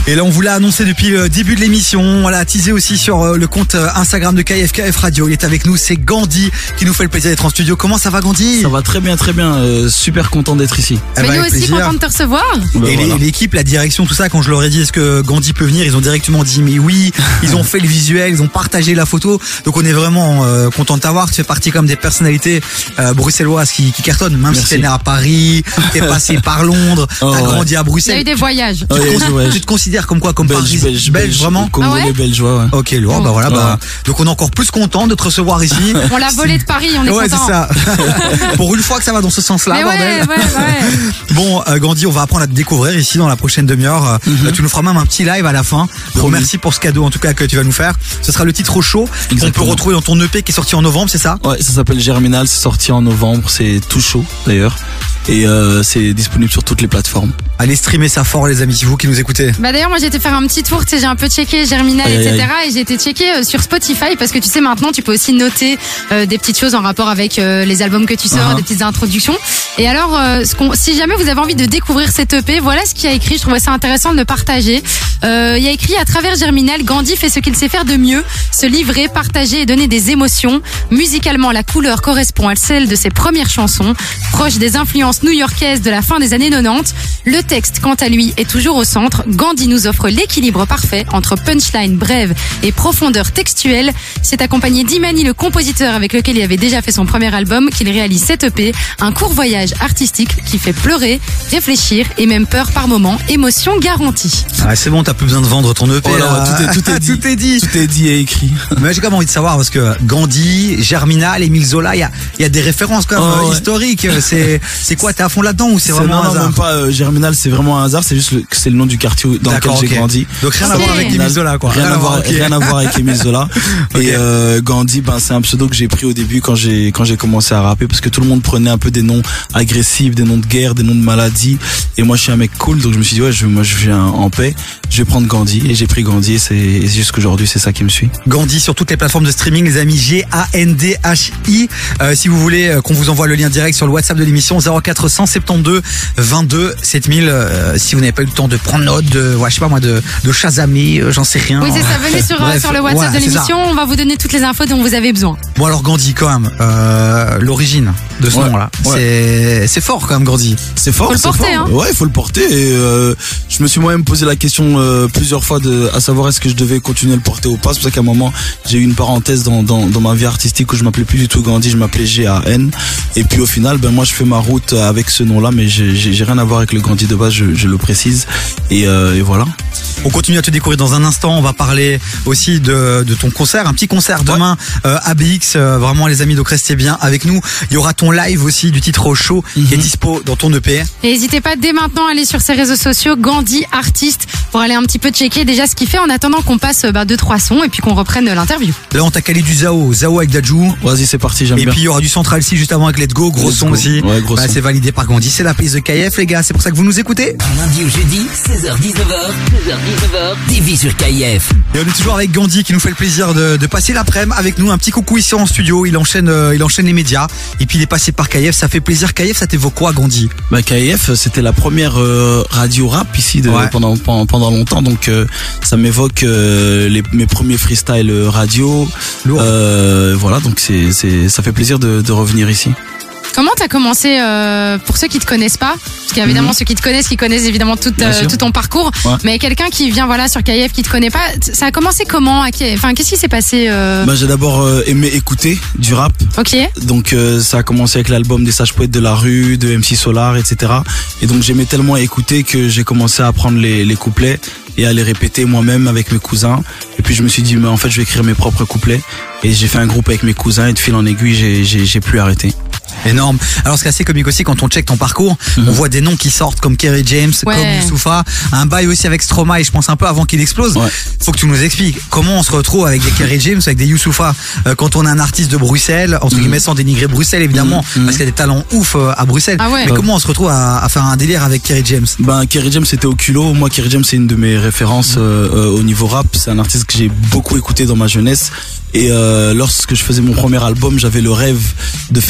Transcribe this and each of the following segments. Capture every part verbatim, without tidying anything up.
Et là, on vous l'a annoncé depuis le début de l'émission. On l'a teasé aussi sur le compte Instagram de K F, K F Radio. Il est avec nous, c'est Gandhi qui nous fait le plaisir d'être en studio. Comment ça va, Gandhi? Ça va très bien, très bien. Euh, super content d'être ici. Mais bah, nous aussi, plaisir. Content de te recevoir. Et ben, voilà. L'équipe, la direction, tout ça, quand je leur ai dit est-ce que Gandhi peut venir, ils ont directement dit mais oui. Ils ont fait le visuel, ils ont partagé la photo. Donc on est vraiment euh, content de t'avoir. Tu fais partie comme des personnalités euh, bruxelloises qui, qui cartonnent. Même Merci. Si t'es né à Paris, t'es passé par Londres, oh, t'as ouais. grandi à Bruxelles. Il y a eu des voyages. Tu, ouais, te, ouais. tu te considères comme quoi, comme belge, Paris, belge, belge, belge vraiment. Congolais, ah ouais belge, ouais. Ok, lourd. Oh. Bah voilà. Ouais. Bah donc on est encore plus content de te recevoir ici. On l'a volé de Paris, on est ouais, content. Ouais, c'est ça. Pour une fois que ça va dans ce sens-là, mais bordel. Ouais, ouais, ouais. Bon, euh, Gandhi, on va apprendre à te découvrir ici dans la prochaine demi-heure. Mm-hmm. Tu nous feras même un petit live à la fin. Donc, merci pour ce cadeau en tout cas que tu vas nous faire. Ce sera le titre au chaud qu'on peut retrouver dans ton E P qui est sorti en novembre, c'est ça? Ouais, ça s'appelle Germinal, c'est sorti en novembre, c'est tout chaud d'ailleurs. Et euh, c'est disponible sur toutes les plateformes. Allez streamer ça fort les amis, si vous qui nous écoutez. Bah d'ailleurs moi j'ai été faire un petit tour, tu sais, j'ai un peu checké Germinal, aïe, et cetera. Aïe, aïe. Et j'ai été checké euh, sur Spotify parce que tu sais maintenant tu peux aussi noter euh, des petites choses en rapport avec euh, les albums que tu sors, uh-huh. des petites introductions. Et alors euh, ce qu'on, si jamais vous avez envie de découvrir cet E P, voilà ce qu'il y a écrit, je trouvais ça intéressant de le partager. Euh, il y a écrit à travers Germinal, Gandhi fait ce qu'il sait faire de mieux, se livrer, partager et donner des émotions. Musicalement la couleur correspond à celle de ses premières chansons, proche des influences new-yorkaises de la fin des années quatre-vingt-dix. Le texte, quant à lui, est toujours au centre. Gandhi nous offre l'équilibre parfait entre punchline brève et profondeur textuelle. C'est accompagné d'Imani, le compositeur avec lequel il avait déjà fait son premier album, qu'il réalise cet E P. Un court voyage artistique qui fait pleurer, réfléchir et même peur par moments. Émotion garantie. Ah, c'est bon, t'as plus besoin de vendre ton E P. Oh là, tout, est, tout, est dit. tout est dit. Tout est dit et écrit. Mais j'ai quand même envie de savoir parce que Gandhi, Germinal, Émile Zola, il y a, y a des références quand même oh, ouais. historiques. C'est, c'est quoi, t'es à fond là-dedans ou c'est, c'est vraiment non, un hasard? Non, même pas euh, Germinal, c'est vraiment un hasard. C'est juste le, c'est le nom du quartier dans D'accord, lequel okay. j'ai grandi. Donc rien okay. à voir avec Émile Zola, quoi. Rien, rien à voir, okay. rien à voir avec Émile Zola. okay. Et euh, Gandhi, ben c'est un pseudo que j'ai pris au début quand j'ai quand j'ai commencé à rapper parce que tout le monde prenait un peu des noms agressifs, des noms de guerre, des noms de maladie. Et moi, je suis un mec cool, donc je me suis dit ouais, je, moi, je viens en paix. Je vais prendre Gandhi et j'ai pris Gandhi. Et c'est, et c'est juste qu'aujourd'hui, c'est ça qui me suit. Gandhi sur toutes les plateformes de streaming, les amis. G A N D H I. Euh, si vous voulez euh, qu'on vous envoie le lien direct sur le WhatsApp de l'émission zéro quatre cent soixante-douze vingt-deux sept mille. Euh, si vous n'avez pas eu le temps de prendre note, de, ouais, je sais pas moi, de, de chasamer, euh, j'en sais rien. Oui, c'est ça. Venez sur, Bref, sur le WhatsApp ouais, de l'émission. On va vous donner toutes les infos dont vous avez besoin. Bon alors Gandhi quand même, euh, l'origine de ce ouais, nom-là, ouais. c'est c'est fort quand même Gandhi. C'est fort. Faut le c'est porter, fort. Hein. Ouais, il faut le porter. Et euh, je me suis moi-même posé la question euh, plusieurs fois de, à savoir est-ce que je devais continuer à le porter ou pas. C'est pour ça qu'à un moment j'ai eu une parenthèse dans, dans, dans ma vie artistique où je m'appelais plus du tout Gandhi, je m'appelais G A N. Et puis au final, ben moi je fais ma route avec ce nom-là, mais j'ai, j'ai, j'ai rien à voir avec le Gandhi de base, je, je le précise. Et, euh, et voilà. On continue à te découvrir dans un instant. On va parler aussi de, de ton concert, un petit concert demain ouais. euh, A B X. Euh, vraiment les amis, donc restez bien avec nous. Il y aura ton live aussi du titre au chaud mm-hmm. qui est dispo dans ton E P. Et n'hésitez pas dès maintenant à aller sur ses réseaux sociaux Gandhi Artiste pour aller un petit peu checker déjà ce qu'il fait en attendant qu'on passe bah, deux trois sons et puis qu'on reprenne l'interview. Là on t'a calé du Zao, Zao avec Dajou. Vas-y c'est parti, j'aime et bien. Et puis il y aura du Central C juste avant avec Let's Go, gros Let's son go. Aussi. Ouais, gros bah, son. C'est validé par Gandhi, c'est la prise de K F les gars, c'est pour ça que vous nous écoutez. Lundi au jeudi, seize heures dix-neuf heures, seize heures dix-neuf heures, T V sur K F. Et on est toujours avec Gandhi qui nous fait le plaisir de, de passer l'après-midi avec nous. Un petit coucou ici en studio, il enchaîne, euh, il enchaîne les médias et puis il est passé par K F, ça fait plaisir. K F, ça t'évoque quoi Gandhi? Bah K F, c'était la première euh, radio rap ici de, ouais. pendant, pendant pendant longtemps, donc euh, ça m'évoque euh, les, mes premiers freestyle radio. Euh, voilà, donc c'est c'est ça fait plaisir de, de revenir ici. Comment t'as commencé euh, pour ceux qui te connaissent pas, parce qu'il y a évidemment mmh. ceux qui te connaissent, qui connaissent évidemment tout, euh, tout ton parcours, ouais. mais quelqu'un qui vient voilà sur K F qui te connaît pas, ça a commencé comment? Enfin, qu'est-ce qui s'est passé euh... Bah j'ai d'abord euh, aimé écouter du rap. Ok. Donc euh, ça a commencé avec l'album des Sages Poètes de la rue, de M C Solar, et cetera. Et donc j'aimais tellement écouter que j'ai commencé à apprendre les, les couplets et à les répéter moi-même avec mes cousins. Et puis je me suis dit mais en fait je vais écrire mes propres couplets. Et j'ai fait un groupe avec mes cousins et de fil en aiguille j'ai j'ai, j'ai plus arrêté. Énorme. Alors ce qui est assez comique aussi quand on check ton parcours, mm-hmm. on voit des noms qui sortent comme Kerry James, ouais. comme Youssoupha, un bail aussi avec Stromae, je pense un peu avant qu'il explose. Ouais. Faut que tu nous expliques comment on se retrouve avec des Kerry James, avec des Youssoupha euh, quand on est un artiste de Bruxelles, entre mm-hmm. guillemets sans dénigrer Bruxelles évidemment, mm-hmm. parce qu'il y a des talents ouf euh, à Bruxelles. Ah ouais. Mais ouais. comment on se retrouve à, à faire un délire avec Kerry James? Ben Kerry James c'était au culot. Moi Kerry James c'est une de mes références euh, euh, au niveau rap. C'est un artiste que j'ai beaucoup écouté dans ma jeunesse. Et euh, lorsque je faisais mon premier album, j'avais le rêve de faire un morceau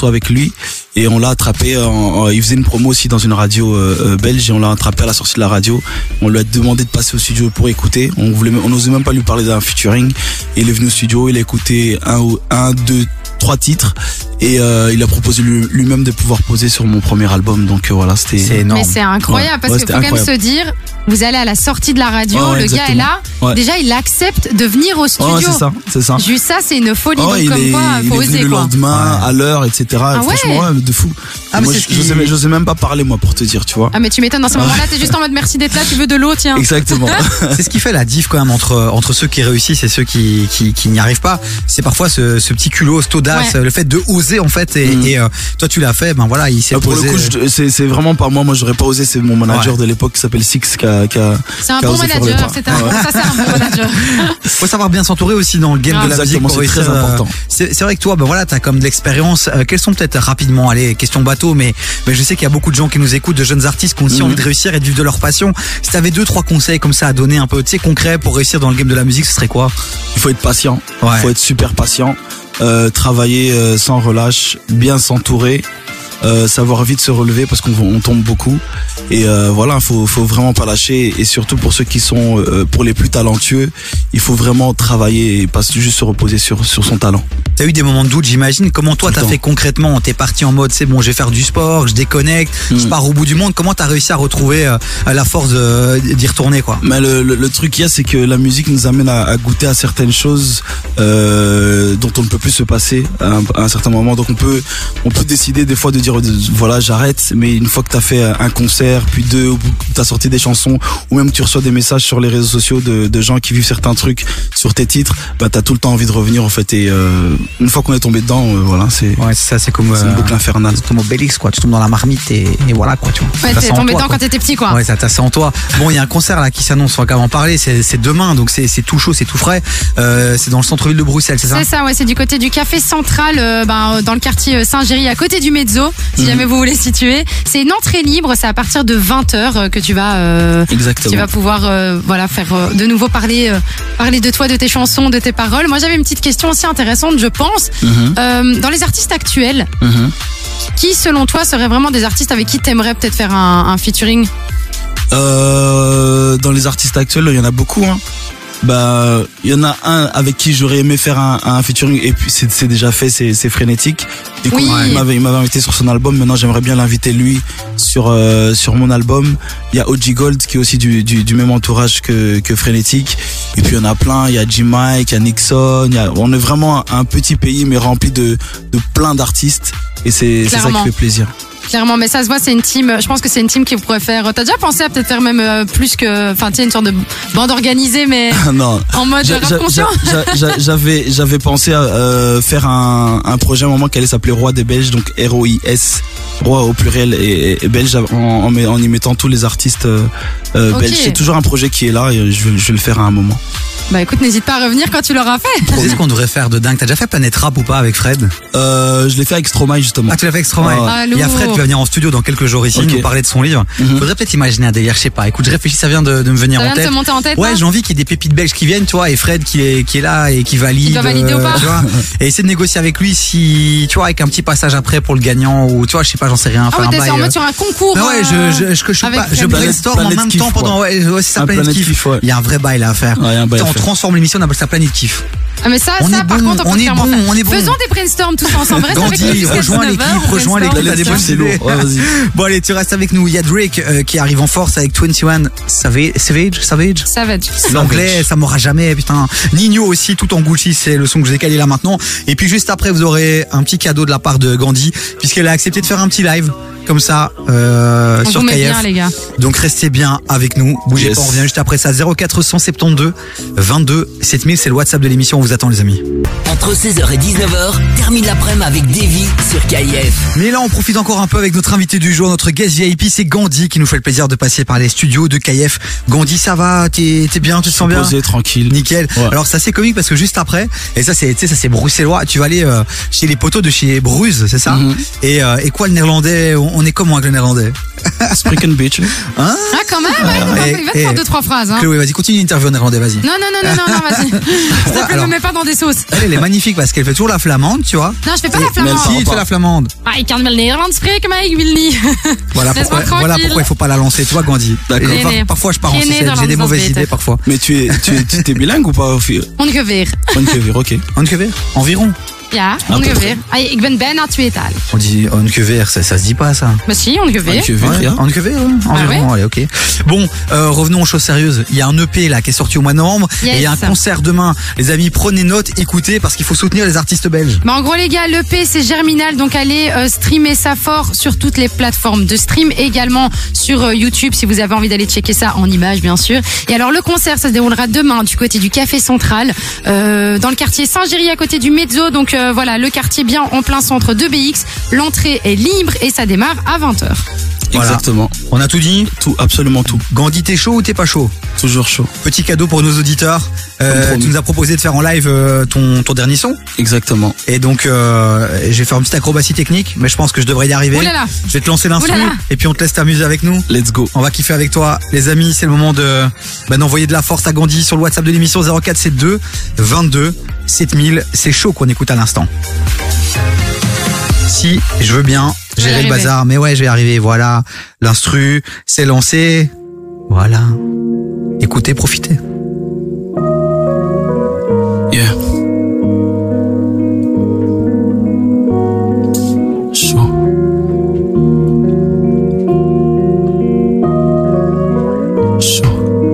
morceau avec lui et on l'a attrapé. En, en, il faisait une promo aussi dans une radio euh, belge et on l'a attrapé à la sortie de la radio. On lui a demandé de passer au studio pour écouter. On voulait, on n'osait même pas lui parler d'un featuring. Et il est venu au studio, il a écouté un, un, deux, trois titres et euh, il a proposé lui, lui-même de pouvoir poser sur mon premier album. Donc euh, voilà, c'était c'est énorme. Mais c'est incroyable ouais. parce ouais, qu'il faut incroyable. Quand même se dire, vous allez à la sortie de la radio, ouais, ouais, le exactement. Gars est là, ouais. déjà il accepte de venir au studio. Ouais, c'est ça, c'est ça. Juste ça, c'est une folie. Oh, donc comme est, quoi, faut il est oser le quoi. lendemain, ouais. à l'heure, et cetera. Ah Franchement, ouais. ouais, de fou. Ah, moi, je, je, sais, je sais même pas parler moi pour te dire, tu vois. Ah mais tu m'étonnes dans ce moment-là, t'es juste en mode merci d'être là, tu veux de l'eau, tiens. Exactement. C'est ce qui fait la diff quand même entre entre ceux qui réussissent et ceux qui qui, qui n'y arrivent pas. C'est parfois ce, ce petit culot, cette audace, ouais. le fait de oser en fait. Et, mmh. et euh, toi tu l'as fait, ben voilà, il s'est ah, pour posé. Pour le coup, je, c'est c'est vraiment pas moi. Moi, j'aurais pas osé. C'est mon manager ouais. de l'époque qui s'appelle Six qui a qui a. C'est un bon manager. C'est un, ouais. ça c'est un bon manager. Faut savoir bien s'entourer aussi dans le game ah, de la musique. C'est très important. C'est c'est vrai que toi, ben voilà, t'as comme de l'expérience. Euh, quelles sont peut-être rapidement, allez, question bateau, mais mais je sais qu'il y a beaucoup de gens qui nous écoutent, de jeunes artistes qui ont aussi mmh. envie de réussir et de vivre de leur passion. Si t'avais deux trois conseils comme ça à donner un peu, tu sais, concrets pour réussir dans le game de la musique, ce serait quoi? Il faut être patient. Il ouais. faut être super patient. Euh, travailler euh, sans relâche, bien s'entourer. Euh, savoir vite se relever parce qu'on on tombe beaucoup et euh, voilà, faut faut vraiment pas lâcher et surtout pour ceux qui sont euh, pour les plus talentueux, il faut vraiment travailler et pas juste se reposer sur sur son talent. T'as eu des moments de doute, j'imagine. Comment toi t'as fait concrètement? T'es parti en mode c'est bon, je vais faire du sport, je déconnecte, mmh. je pars au bout du monde. Comment t'as réussi à retrouver euh, la force de, d'y retourner quoi? Mais le, le, le truc qu'il y a, c'est que la musique nous amène à, à goûter à certaines choses euh, dont on ne peut plus se passer à un, à un certain moment. Donc on peut on peut décider des fois de dire voilà j'arrête, mais une fois que t'as fait un concert puis deux, ou t'as sorti des chansons ou même tu reçois des messages sur les réseaux sociaux de, de gens qui vivent certains trucs sur tes titres, bah t'as tout le temps envie de revenir en fait et euh, une fois qu'on est tombé dedans euh, voilà c'est ouais c'est ça, c'est comme c'est une boucle infernale, c'est comme Obélix quoi, tu tombes dans la marmite et, et voilà quoi, tu vois. Ouais, t'es tombé dedans quand t'étais petit quoi. Ouais, ça t'a en toi. Bon, il y a un concert là qui s'annonce, on va quand même en parler, c'est c'est demain donc c'est c'est tout chaud, c'est tout frais. Euh, c'est dans le centre-ville de Bruxelles, c'est ça? C'est ça, ouais, c'est du côté du Café Central, euh, ben, dans le quartier Saint-Géry, à côté du Mezzo, si mmh. jamais vous voulez situer. C'est une entrée libre, c'est à partir de vingt heures que tu vas, euh, tu vas pouvoir, euh, voilà, faire euh, de nouveau parler, euh, parler de toi, de tes chansons, de tes paroles. Moi, j'avais une petite question aussi intéressante, je pense. Mmh. Euh, dans les artistes actuels, mmh. qui, selon toi, seraient vraiment des artistes avec qui t'aimerais peut-être faire un, un featuring? Euh, dans les artistes actuels, il y en a beaucoup, hein. Bah, il y en a un avec qui j'aurais aimé faire un, un featuring et puis c'est, c'est déjà fait, c'est, c'est Frénétique. Du coup, oui. il m'avait, il m'avait invité sur son album. Maintenant, j'aimerais bien l'inviter lui sur euh, sur mon album. Il y a O G Gold qui est aussi du du, du même entourage que que Frénétique. Et puis il y en a plein. Il y a J-Mike, il y a Nixon. Il y a, on est vraiment un, un petit pays mais rempli de de plein d'artistes et c'est c'est ça qui fait plaisir. Clairement, mais ça se voit, c'est une team. Je pense que c'est une team qui pourrait faire. T'as déjà pensé à peut-être faire même euh, plus que, enfin, tu sais, une sorte de bande organisée, mais non. en mode j'a, rap j'a, conscient. J'a, j'a, j'avais, j'avais pensé à euh, faire un, un projet à un moment qui allait s'appeler Roi des Belges, donc R O I S, Roi au pluriel et, et belge, en, en, en y mettant tous les artistes euh, okay. belges. C'est toujours un projet qui est là et je vais, je vais le faire à un moment. Bah écoute, n'hésite pas à revenir quand tu l'auras fait. C'est ce qu'on devrait faire de dingue. T'as déjà fait Planète Rap ou pas avec Fred? Euh, je l'ai fait avec Stromae justement. Ah, tu l'as fait avec Stromae. Ah, il y a Fred qui va venir en studio dans quelques jours ici, okay. nous parler de son livre. Mm-hmm. Faudrait peut-être imaginer un délire, je sais pas. Écoute, je réfléchis, ça vient de, de me venir ça en vient tête. De te monter en tête. Ouais, hein. j'ai envie qu'il y ait des pépites belges qui viennent, tu vois, et Fred qui est, qui est là et qui valide. Il doit valider euh, ou pas? Tu vois, et essayer de négocier avec lui si, tu vois, avec un petit passage après pour le gagnant ou, tu vois, je sais pas, j'en sais rien. Ah ouais, t'es en mode sur un concours. Ah ouais, je, je, je, je, je, pas, je brainstorm en même temps pendant, ouais, ouais, c'est ça, Planète Kiff. Il y a un vrai bail à faire. On transforme l'émission, on appelle ça Planète Kiff. Ah mais ça, on ça est par bon, contre, on, on peut est bon, faire. on est bon. Faisons des brainstorms tous ensemble. Reste Gandhi, avec nous rejoins l'équipe, rejoins l'équipe, t'as des bonnes idées. Ouais, vas-y. Bon allez, tu restes avec nous. Il y a Drake euh, qui arrive en force avec vingt et un Savage, Savage, Savage. Savage. L'anglais, ça m'aura jamais, putain. Nino aussi, tout en Gucci, c'est le son que je vous ai calé là maintenant. Et puis juste après, vous aurez un petit cadeau de la part de Gandhi, puisqu'elle a accepté de faire un petit live. Comme ça, euh, on sur vous met K F. Bien, les gars. Donc restez bien avec nous. Bougez yes. pas, on revient juste après ça. zéro quatre cent soixante-douze vingt-deux sept mille, c'est le WhatsApp de l'émission. On vous attend, les amis. Entre seize heures et dix-neuf heures, termine l'après-midi avec Davy sur K F. Mais là, on profite encore un peu avec notre invité du jour, notre guest V I P, c'est Gandhi qui nous fait le plaisir de passer par les studios de K F. Gandhi, ça va? T'es, t'es bien? Tu te sens bien? Posé, tranquille. Nickel. Ouais. Alors, ça c'est comique parce que juste après, et ça c'est, tu sais, ça c'est bruxellois. Tu vas aller euh, chez les poteaux de chez Bruges, c'est ça? Mm-hmm. Et, euh, et quoi le néerlandais? On, on est comment avec le néerlandais? Spreeken Beach. Hein? Ah, quand même, ouais, ah, il va te faire deux, trois phrases. Hein. Chloé, vas-y, continue l'interview en néerlandais, vas-y. Non, non, non, non, non, non vas-y. S'il te plaît, me mets pas dans des sauces. Elle, elle est magnifique parce qu'elle fait toujours la flamande, tu vois. Non, je fais pas Et- la flamande. Si, tu fais la flamande. Ah, ik kan wel Nederlands spreken, maar ik wil niet. Voilà Laisse-moi pourquoi, voilà tranquille. pourquoi il faut pas la lancer, tu vois, Gandhi. D'accord. Et Nee, par- nee. Parfois, je pars en Geen sucette, j'ai des Nederlands, mauvaises dat is idées beter. parfois. Mais tu es, tu es, tu es bilingue ou pas? Ongeveer. Ongeveer, ok. Ongeveer Environ. Ja, peu ongeveer. Ah, ik ben bijna tweetalig. On dit ongeveer, ça, ça se dit pas ça. Maar si, ongeveer. Ongeveer, Ouais, ja. Ongeveer, ouais. Environ, ouais. allez, ok. Bon, euh, revenons aux choses sérieuses. Il y a un E P là qui est sorti au mois de novembre Yes. et il y a un concert demain. Les amis, prenez note, écoutez parce qu'il faut soutenir les artistes belges. Bah en gros les gars, l'E P c'est Germinal, donc allez euh, streamer ça fort sur toutes les plateformes de stream, également sur euh, YouTube si vous avez envie d'aller checker ça en images bien sûr. Et alors le concert ça se déroulera demain du côté du Café Central, euh, dans le quartier Saint-Géry à côté du Mezzo, donc euh, voilà le quartier bien en plein centre de B X. L'entrée est libre et ça démarre à vingt heures. Voilà. Exactement. On a tout dit. Tout, absolument tout. Gandhi, t'es chaud ou t'es pas chaud? Toujours chaud. Petit cadeau pour nos auditeurs. Euh, Comme promis. tu nous as proposé de faire en live euh, ton, ton dernier son. Exactement. Et donc, euh, je vais faire une petite acrobatie technique, mais je pense que je devrais y arriver. Ouh là là. Je vais te lancer l'instru Ouh là là. et puis on te laisse t'amuser avec nous. Let's go. On va kiffer avec toi. Les amis, c'est le moment de bah, d'envoyer de la force à Gandhi sur le WhatsApp de l'émission zéro quatre sept-deux vingt-deux sept mille. C'est chaud qu'on écoute à l'instant. Si, je veux bien Je vais gérer y le arriver. bazar, mais ouais, je vais arriver. Voilà, l'instru, c'est lancé. Voilà. Écoutez, profitez. Yeah. Chaud. Chaud.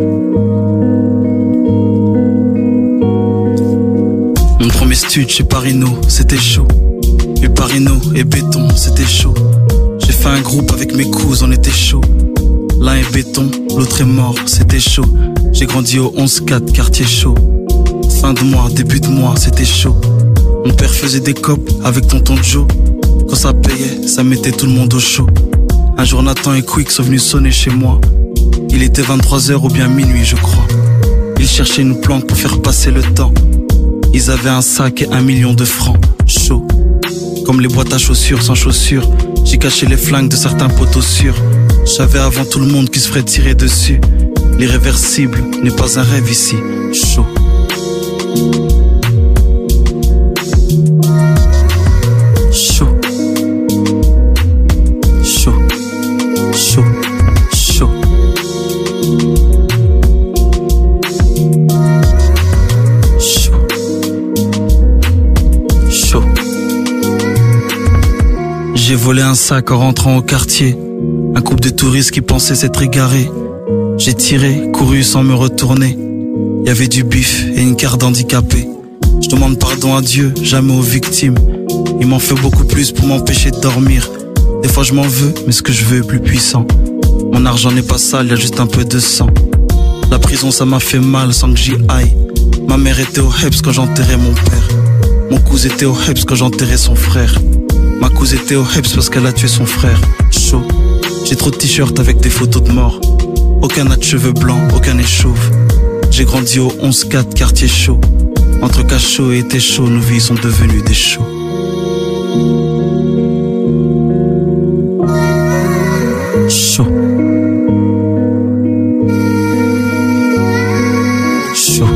Mon premier stud chez Parino, c'était chaud. Et Parino et béton, c'était chaud. J'ai fait un groupe avec mes cousins, on était chaud. L'un est béton, l'autre est mort, c'était chaud. J'ai grandi au onze quatre, quartier chaud. Fin de mois, début de mois, c'était chaud. Mon père faisait des copes avec tonton Joe. Quand ça payait, ça mettait tout le monde au chaud. Un jour Nathan et Quick sont venus sonner chez moi. Il était vingt-trois heures ou bien minuit je crois. Ils cherchaient une planque pour faire passer le temps. Ils avaient un sac et un million de francs. Chaud. Comme les boîtes à chaussures sans chaussures. J'ai caché les flingues de certains poteaux sûrs. Je savais avant tout le monde qui se ferait tirer dessus. L'irréversible n'est pas un rêve ici. Chaud. Chaud. Chaud. Chaud. Chaud. Chaud. Chaud. J'ai volé un sac en rentrant au quartier. Un couple de touristes qui pensaient s'être égarés. J'ai tiré, couru sans me retourner. Il y avait du bif et une carte d'handicapé. Je demande pardon à Dieu, jamais aux victimes. Il m'en fait beaucoup plus pour m'empêcher de dormir. Des fois je m'en veux, mais ce que je veux est plus puissant. Mon argent n'est pas sale, il y a juste un peu de sang. La prison ça m'a fait mal sans que j'y aille. Ma mère était au Heps quand j'enterrais mon père. Mon cousin était au Heps quand j'enterrais son frère. Ma cousine était au Heps parce qu'elle a tué son frère. Chaud. J'ai trop de t-shirts avec des photos de mort. Aucun n'a de cheveux blancs, aucun n'est chauve. J'ai grandi au onze quatre, quartier chaud. Entre cachot et été chaud, nos vies sont devenues des chauds. Chaud. Chaud.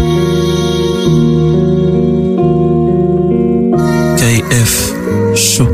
K F. Chaud.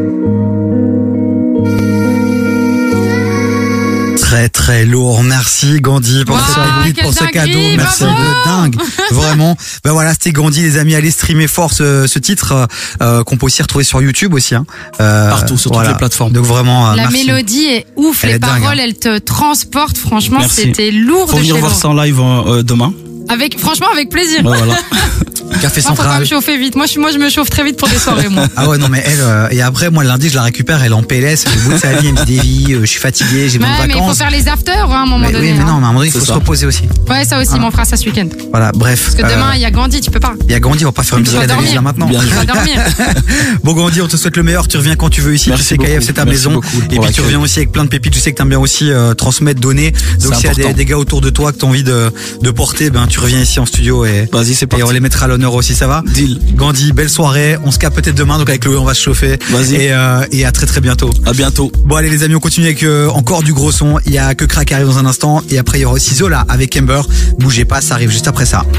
Très très lourd. Merci Gandhi pour Wow, cette pépite, quelle pour ce dinguerie, cadeau. Merci bravo. de dingue. Vraiment. Ben voilà, c'était Gandhi, les amis. Allez streamer fort ce, ce titre euh, qu'on peut aussi retrouver sur YouTube aussi. Hein. Euh, Partout, sur toutes les plateformes. Donc vraiment, euh, La merci. mélodie est ouf, Elle les est dingue, paroles hein. elles te transportent, franchement Merci. c'était lourd Faut de venir chez voir lourd. ça en live euh, demain. Avec, franchement avec plaisir. Ouais, voilà. Café Moi, faut pas Central. me chauffer vite. Moi, je, moi, je me chauffe très vite pour des soirées, moi. Ah ouais, non, mais elle, euh, et après, moi, le lundi, je la récupère, elle est en P L S, elle est au bout de sa vie, elle me dit, Davy, euh, je suis fatigué, j'ai besoin Ouais, de mais il faut vacances. faire les afters hein, à un moment Mais donné. oui, mais hein. non, mais à un moment donné, il faut C'est se ça. reposer aussi. Ouais, ça aussi, Voilà. mais on fera ça ce week-end. Voilà, bref. Parce que euh, demain, il y a Gandhi, tu peux pas. il y a Gandhi, on va pas faire une Tu petite dois analyse là dormir. maintenant. Bien Tu joué. vas dormir. Bon, Gandhi, on te souhaite le meilleur, tu reviens quand tu veux ici, Merci tu sais K F beaucoup. c'est ta Merci maison. beaucoup pour Et puis tu l'accueil. reviens aussi avec plein de pépites, je sais que t'aimes bien aussi euh, transmettre, donner. Donc C'est s'il y a des, important. des gars autour de toi que t'as envie de, de porter, ben tu reviens ici en studio et, Vas-y, c'est et parti. on les mettra à l'honneur aussi, ça va? Deal. Gandhi, belle soirée, on se capte peut-être demain, donc avec Chloé on va se chauffer. Vas-y. Et, euh, et à très très bientôt. À bientôt. Bon allez les amis, on continue avec euh, encore du gros son. Il y a que Crack qui arrive dans un instant et après il y aura aussi Zola avec Ember. Bougez pas, ça arrive juste après ça.